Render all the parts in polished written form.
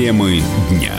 Темы дня.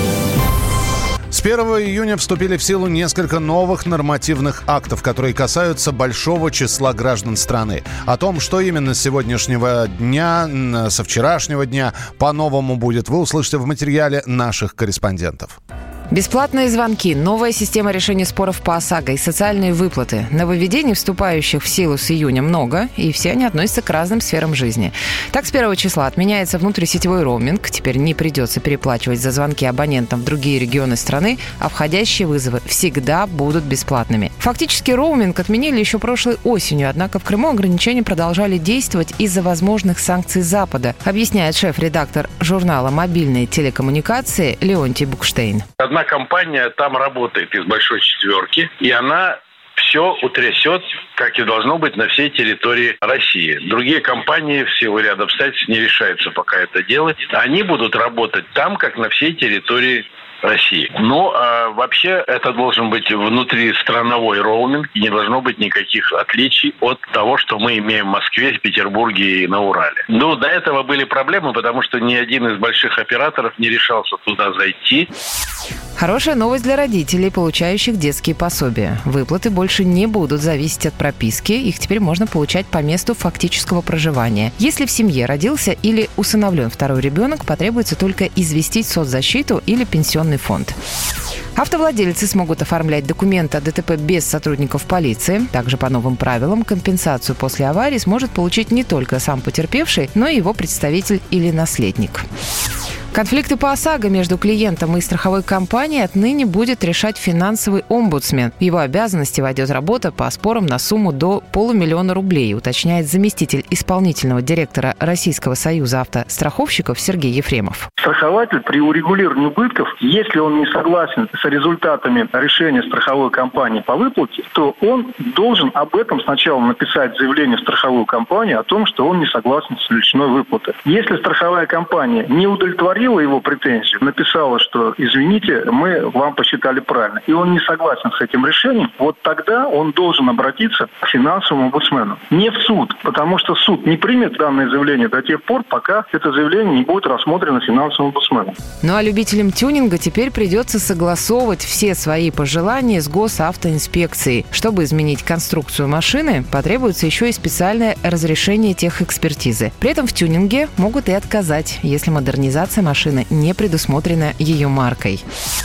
С 1 июня вступили в силу несколько новых нормативных актов, которые касаются большого числа граждан страны. О том, что именно с сегодняшнего дня, со вчерашнего дня по-новому будет, вы услышите в материале наших корреспондентов. Бесплатные звонки, новая система решения споров по ОСАГО и социальные выплаты. Нововведений, вступающих в силу с июня, много, и все они относятся к разным сферам жизни. Так, с 1 числа отменяется внутрисетевой роуминг. Теперь не придется переплачивать за звонки абонентам в другие регионы страны, а входящие вызовы всегда будут бесплатными. Фактически роуминг отменили еще прошлой осенью, однако в Крыму ограничения продолжали действовать из-за возможных санкций Запада, объясняет шеф-редактор журнала «Мобильные телекоммуникации» Леонтий Букштейн. Одна компания там работает из большой четверки, и она все утрясет, как и должно быть, на всей территории России. Другие компании в силу ряда обстоятельств не решаются пока это делать. Они будут работать там, как на всей территории России. Но вообще это должен быть внутристрановой роуминг, и не должно быть никаких отличий от того, что мы имеем в Москве, в Петербурге и на Урале. Но до этого были проблемы, потому что ни один из больших операторов не решался туда зайти. Хорошая новость для родителей, получающих детские пособия. Выплаты больше не будут зависеть от прописки. Их теперь можно получать по месту фактического проживания. Если в семье родился или усыновлен второй ребенок, потребуется только известить соцзащиту или пенсионный фонд. Автовладельцы смогут оформлять документы о ДТП без сотрудников полиции. Также по новым правилам компенсацию после аварии сможет получить не только сам потерпевший, но и его представитель или наследник. Конфликты по ОСАГО между клиентом и страховой компанией отныне будет решать финансовый омбудсмен. В его обязанности войдет работа по спорам на сумму до 500 000 рублей, уточняет заместитель исполнительного директора Российского союза автостраховщиков Сергей Ефремов. Страхователь при урегулировании убытков, если он не согласен с результатами решения страховой компании по выплате, то он должен об этом сначала написать заявление в страховую компанию о том, что он не согласен с величиной выплаты. Если страховая компания не удовлетворила его претензию, написала, что извините, мы вам посчитали правильно, и он не согласен с этим решением, вот тогда он должен обратиться к финансовому омбудсмену. Не в суд, потому что суд не примет данное заявление до тех пор, пока это заявление не будет рассмотрено финансовым омбудсменом. Ну а любителям тюнинга теперь придется согласовывать все свои пожелания с госавтоинспекцией. Чтобы изменить конструкцию машины, потребуется еще и специальное разрешение техэкспертизы. При этом в тюнинге могут и отказать, если модернизация машины не предусмотрена ее маркой.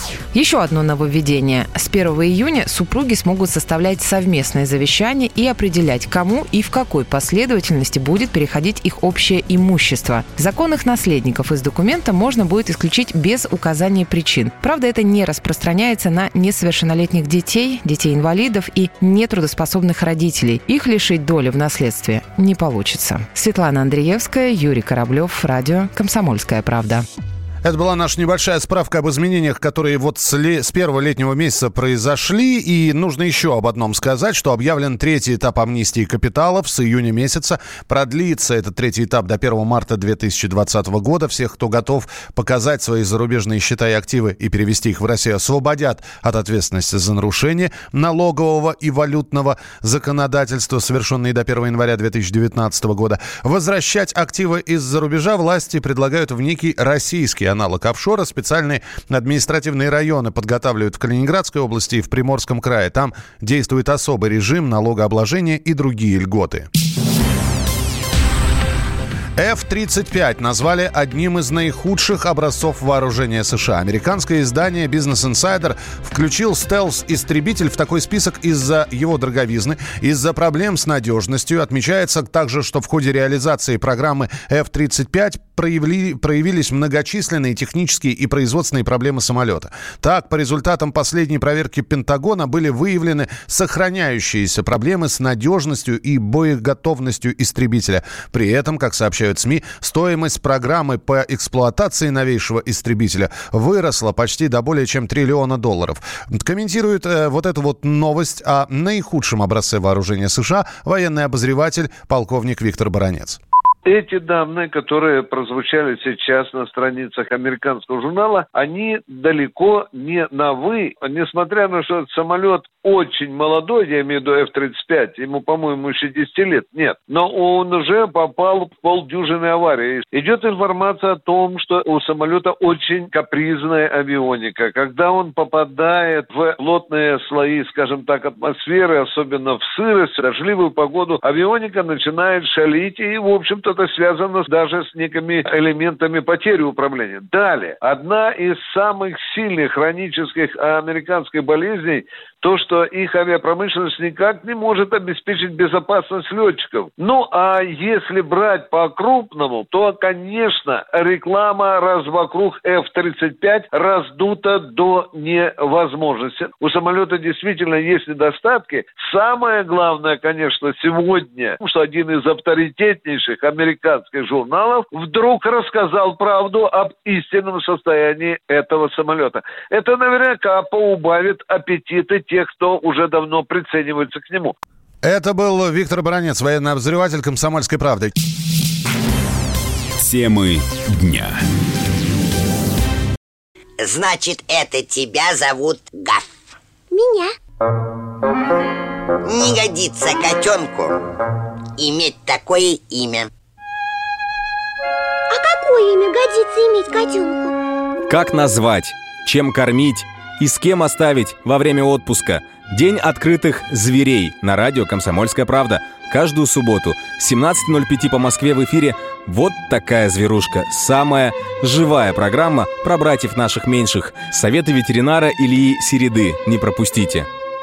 Еще одно нововведение. С 1 июня супруги смогут составлять совместное завещание и определять, кому и в какой последовательности будет переходить их общее имущество. Законных наследников из документа можно будет исключить без указания причин. Правда, это не распространяется на несовершеннолетних детей, детей-инвалидов и нетрудоспособных родителей. Их лишить доли в наследстве не получится. Светлана Андреевская, Юрий Кораблев, радио «Комсомольская правда». Это была наша небольшая справка об изменениях, которые вот с первого летнего месяца произошли. И нужно еще об одном сказать, что объявлен третий этап амнистии капиталов с июня месяца. Продлится этот третий этап до 1 марта 2020 года. Всех, кто готов показать свои зарубежные счета и активы и перевести их в Россию, освободят от ответственности за нарушение налогового и валютного законодательства, совершенные до 1 января 2019 года. Возвращать активы из-за рубежа власти предлагают в некий российский аналог офшора. Специальные административные районы подготавливают в Калининградской области и в Приморском крае. Там действует особый режим налогообложения и другие льготы. F-35 назвали одним из наихудших образцов вооружения США. Американское издание Business Insider включил стелс-истребитель в такой список из-за его дороговизны, из-за проблем с надежностью. Отмечается также, что в ходе реализации программы F-35 проявились многочисленные технические и производственные проблемы самолета. Так, по результатам последней проверки Пентагона были выявлены сохраняющиеся проблемы с надежностью и боеготовностью истребителя. При этом, как сообщают СМИ, стоимость программы по эксплуатации новейшего истребителя выросла почти до более чем $1 триллиона. Комментирует вот эту вот новость о наихудшем образце вооружения США военный обозреватель полковник Виктор Баранец. эти данные, которые прозвучали сейчас на страницах американского журнала, они далеко не новы. Несмотря на то, что этот самолет очень молодой, я имею в виду F-35, ему, по-моему, еще 10 лет нет, но он уже попал в полдюжины аварий. Идет информация о том, что у самолета очень капризная авионика. Когда он попадает в плотные слои, скажем так, атмосферы, особенно в сырость, дождливую погоду, авионика начинает шалить, и, в общем-то, это связано даже с некими элементами потери управления. Далее, одна из самых сильных хронических американских болезней, то, что их авиапромышленность никак не может обеспечить безопасность летчиков. Ну, а если брать по-крупному, то, конечно, реклама вокруг F-35 раздута до невозможности. У самолета действительно есть недостатки. Самое главное, конечно, сегодня, что один из авторитетнейших американских журналов вдруг рассказал правду об истинном состоянии этого самолета. Это наверняка поубавит аппетиты тех, кто уже давно приценивается к нему. Это был Виктор Баранец, военный обозреватель «Комсомольской правды». Темы дня. Значит, это тебя зовут Гав? Меня. Не годится котенку иметь такое имя. А какое имя годится иметь котенку? Как назвать, чем кормить и с кем оставить во время отпуска? День открытых зверей на радио «Комсомольская правда». Каждую субботу 17:05 по Москве в эфире «Вот такая зверушка». Самая живая программа про братьев наших меньших. Советы ветеринара Ильи Середы. Не пропустите.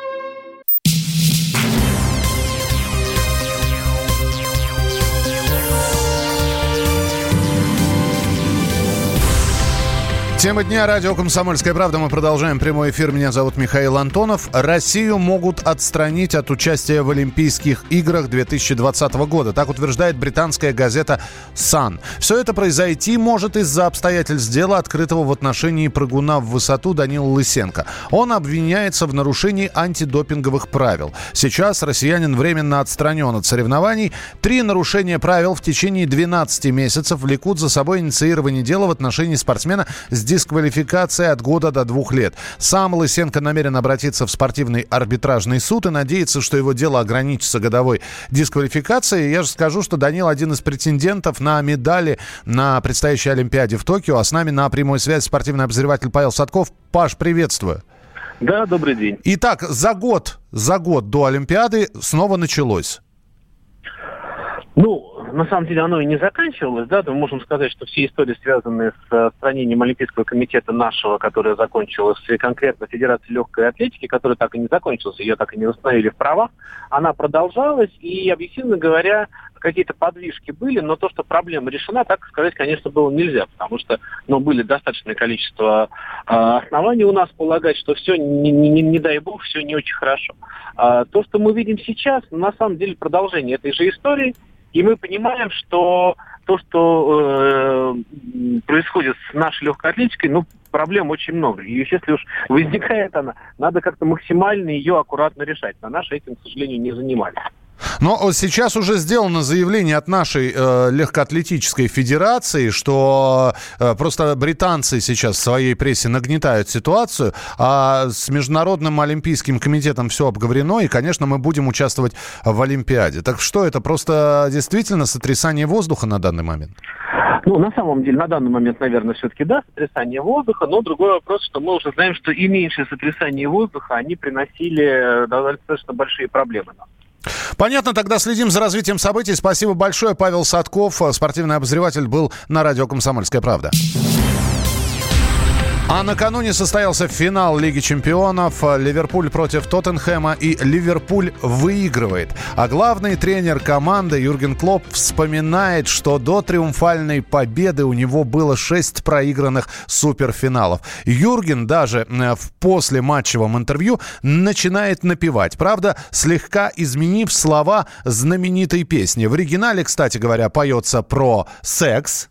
Тема дня. Радио «Комсомольская правда». Мы продолжаем прямой эфир. Меня зовут Михаил Антонов. Россию могут отстранить от участия в Олимпийских играх 2020 года. Так утверждает британская газета «Сан». Все это произойти может из-за обстоятельств дела, открытого в отношении прыгуна в высоту Данила Лысенко. Он обвиняется в нарушении антидопинговых правил. Сейчас россиянин временно отстранен от соревнований. 3 нарушения правил в течение 12 месяцев влекут за собой инициирование дела в отношении спортсмена с дисквалификацией от года до 2 лет. Сам Лысенко намерен обратиться в спортивный арбитражный суд и надеется, что его дело ограничится годовой дисквалификацией. Я же скажу, что Данил один из претендентов на медали на предстоящей Олимпиаде в Токио. А с нами на прямой связи спортивный обозреватель Павел Садков. Паш, приветствую. Да, добрый день. Итак, за год до Олимпиады снова началось. На самом деле оно и не заканчивалось, да, мы можем сказать, что все истории, связанные с отстранением Олимпийского комитета нашего, которое закончилось, и конкретно Федерации легкой атлетики, которая так и не закончилась, ее так и не восстановили в правах, она продолжалась, и, объективно говоря, какие-то подвижки были, но то, что проблема решена, так сказать, конечно, было нельзя, потому что, были достаточное количество оснований у нас полагать, что все, не дай бог, все не очень хорошо. То, что мы видим сейчас, на самом деле продолжение этой же истории. И мы понимаем, что то, что происходит с нашей легкой атлетикой, проблем очень много. И если уж возникает она, надо как-то максимально ее аккуратно решать. А наши этим, к сожалению, не занимались. Но сейчас уже сделано заявление от нашей легкоатлетической федерации, что просто британцы сейчас в своей прессе нагнетают ситуацию, а с Международным олимпийским комитетом все обговорено, и, конечно, мы будем участвовать в Олимпиаде. Так что это просто действительно сотрясание воздуха на данный момент? На самом деле, на данный момент, наверное, все-таки да, сотрясание воздуха, но другой вопрос, что мы уже знаем, что и меньшее сотрясание воздуха, они приносили достаточно большие проблемы нам. Понятно, тогда следим за развитием событий. Спасибо большое. Павел Садков, спортивный обозреватель, был на радио «Комсомольская правда». А накануне состоялся финал Лиги чемпионов. Ливерпуль против Тоттенхэма, и Ливерпуль выигрывает. А главный тренер команды Юрген Клопп вспоминает, что до триумфальной победы у него было 6 проигранных суперфиналов. Юрген даже в послематчевом интервью начинает напевать. Правда, слегка изменив слова знаменитой песни. В оригинале, кстати говоря, поется про секс.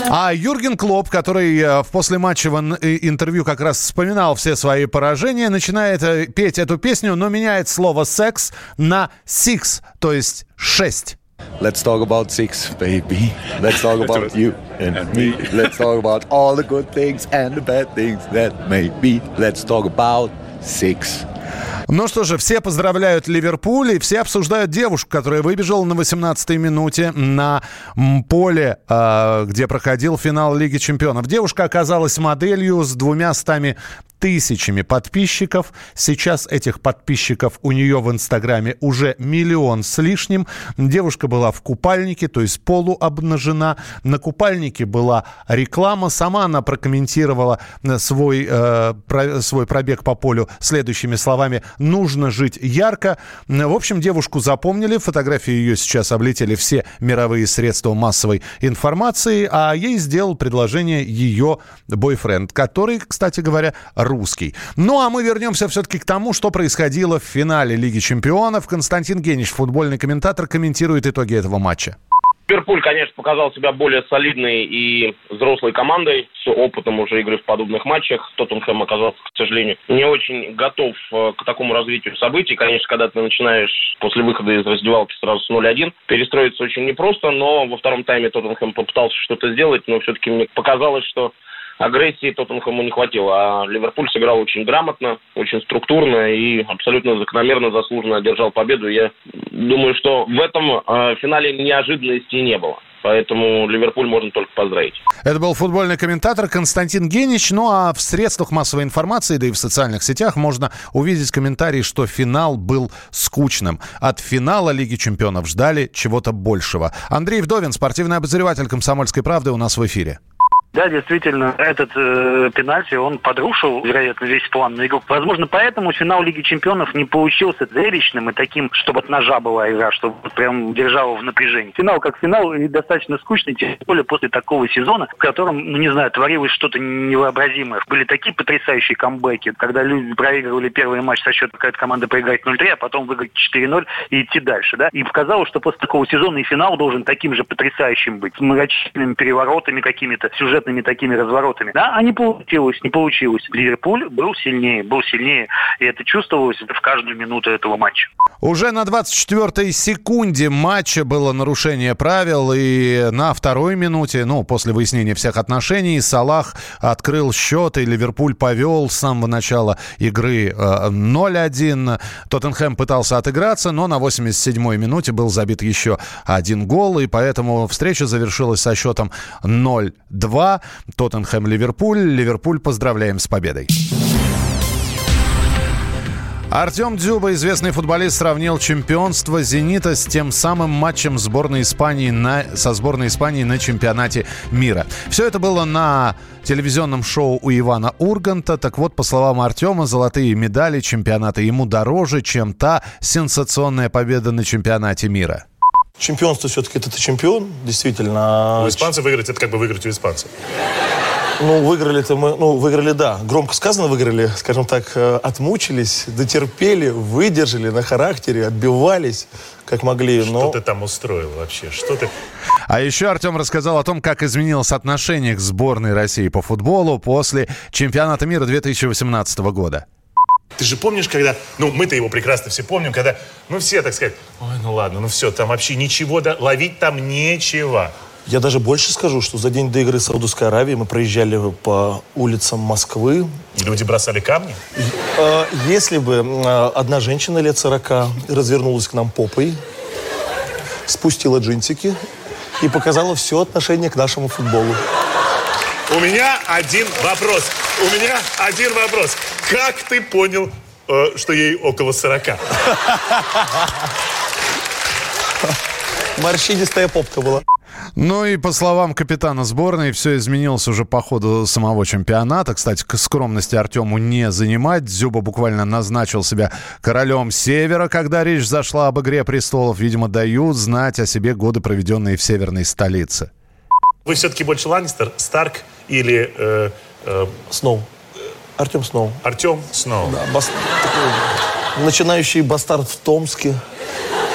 А Юрген Клопп, который в послематчевом интервью как раз вспоминал все свои поражения, начинает петь эту песню, но меняет слово «секс» на «six», то есть «6». Let's talk about six, baby. Let's talk about you and me. Let's talk about all the good things and the bad things that may be. Let's talk about six. Ну что же, все поздравляют Ливерпуль, и все обсуждают девушку, которая выбежала на 18-й минуте на поле, где проходил финал Лиги Чемпионов. Девушка оказалась моделью с 200 тысячами подписчиков. Сейчас этих подписчиков у нее в Инстаграме уже 1 миллион с лишним. Девушка была в купальнике, то есть полуобнажена. На купальнике была реклама. Сама она прокомментировала свой пробег по полю следующими словами: «Нужно жить ярко». В общем, девушку запомнили. Фотографии ее сейчас облетели все мировые средства массовой информации. А ей сделал предложение ее бойфренд, который, кстати говоря, русский. Ну, а мы вернемся все-таки к тому, что происходило в финале Лиги Чемпионов. Константин Генич, футбольный комментатор, комментирует итоги этого матча. Ливерпуль, конечно, показал себя более солидной и взрослой командой с опытом уже игры в подобных матчах. Тоттенхэм оказался, к сожалению, не очень готов к такому развитию событий. Конечно, когда ты начинаешь после выхода из раздевалки сразу с 0-1, перестроиться очень непросто, но во втором тайме Тоттенхэм попытался что-то сделать, но все-таки мне показалось, что агрессии Тоттенхэму не хватило, а Ливерпуль сыграл очень грамотно, очень структурно и абсолютно закономерно, заслуженно одержал победу. Я думаю, что в этом финале неожиданностей не было. Поэтому Ливерпуль можно только поздравить. Это был футбольный комментатор Константин Генич. Ну а в средствах массовой информации, да и в социальных сетях можно увидеть комментарий, что финал был скучным. От финала Лиги Чемпионов ждали чего-то большего. Андрей Вдовин, спортивный обозреватель «Комсомольской правды», у нас в эфире. Да, действительно, этот пенальти, он подрушил, вероятно, весь план на игру. Возможно, поэтому финал Лиги Чемпионов не получился зрелищным и таким, чтобы от ножа была игра, чтобы прям держала в напряжении. Финал как финал и достаточно скучный, тем более после такого сезона, в котором, ну не знаю, творилось что-то невообразимое. Были такие потрясающие камбэки, когда люди проигрывали первый матч со счетом, какая-то команда проиграет 0-3, а потом выиграть 4-0 и идти дальше, да. И показалось, что после такого сезона и финал должен таким же потрясающим быть, с многочисленными переворотами какими-то, сюжетными такими разворотами. Да, а не получилось. Ливерпуль был сильнее, и это чувствовалось в каждую минуту этого матча. Уже на 24-й секунде матча было нарушение правил, и на второй минуте, после выяснения всех отношений, Салах открыл счет, и Ливерпуль повел с самого начала игры 0-1. Тоттенхэм пытался отыграться, но на 87-й минуте был забит еще один гол, и поэтому встреча завершилась со счетом 0-2. Тоттенхэм-Ливерпуль. Ливерпуль поздравляем с победой. Артем Дзюба, известный футболист, сравнил чемпионство «Зенита» с тем самым матчем сборной Испании со сборной Испании на чемпионате мира. Все это было на телевизионном шоу у Ивана Урганта. Так вот, по словам Артема, золотые медали чемпионата ему дороже, чем та сенсационная победа на чемпионате мира. Чемпионство все-таки это чемпион, действительно. У испанцев выиграть, это как бы выиграть у испанцев. Выиграли-то мы, выиграли, да. Громко сказано, выиграли, скажем так, отмучились, дотерпели, выдержали на характере, отбивались, как могли. Что ты там устроил вообще? А еще Артем рассказал о том, как изменилось отношение к сборной России по футболу после чемпионата мира 2018 года. Ты же помнишь, когда, мы-то его прекрасно все помним, когда, все, так сказать, ладно, все, там вообще ничего, ловить там нечего. Я даже больше скажу, что за день до игры Саудовской Аравии мы проезжали по улицам Москвы. И люди бросали камни? Если бы одна женщина лет 40 развернулась к нам попой, спустила джинсики и показала все отношение к нашему футболу. У меня один вопрос. Как ты понял, что ей около 40? Морщинистая попка была. И по словам капитана сборной, все изменилось уже по ходу самого чемпионата. Кстати, к скромности Артему не занимать. Дзюба буквально назначил себя королем Севера, когда речь зашла об «Игре престолов». Видимо, дают знать о себе годы, проведенные в северной столице. Вы все-таки больше Ланнистер, Старк или Сноу? Артем Сноу. Артем Сноу. Да, такой начинающий бастард в Томске,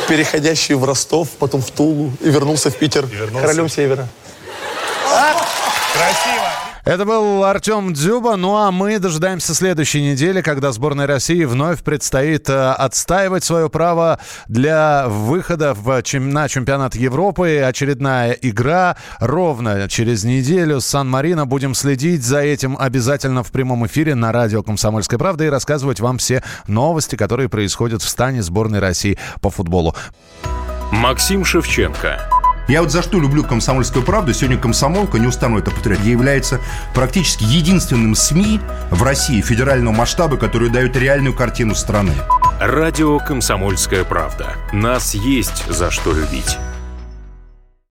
переходящий в Ростов, потом в Тулу и вернулся в Питер королем Севера. Красиво. Это был Артем Дзюба. Ну а мы дожидаемся следующей недели, когда сборной России вновь предстоит отстаивать свое право для выхода на чемпионат Европы. Очередная игра ровно через неделю с Сан-Марино. Будем следить за этим обязательно в прямом эфире на радио «Комсомольская правда» и рассказывать вам все новости, которые происходят в стане сборной России по футболу. Максим Шевченко. Я вот за что люблю «Комсомольскую правду». Сегодня «Комсомолка», не устану это повторять, является практически единственным СМИ в России федерального масштаба, который дает реальную картину страны. Радио «Комсомольская правда». Нас есть за что любить.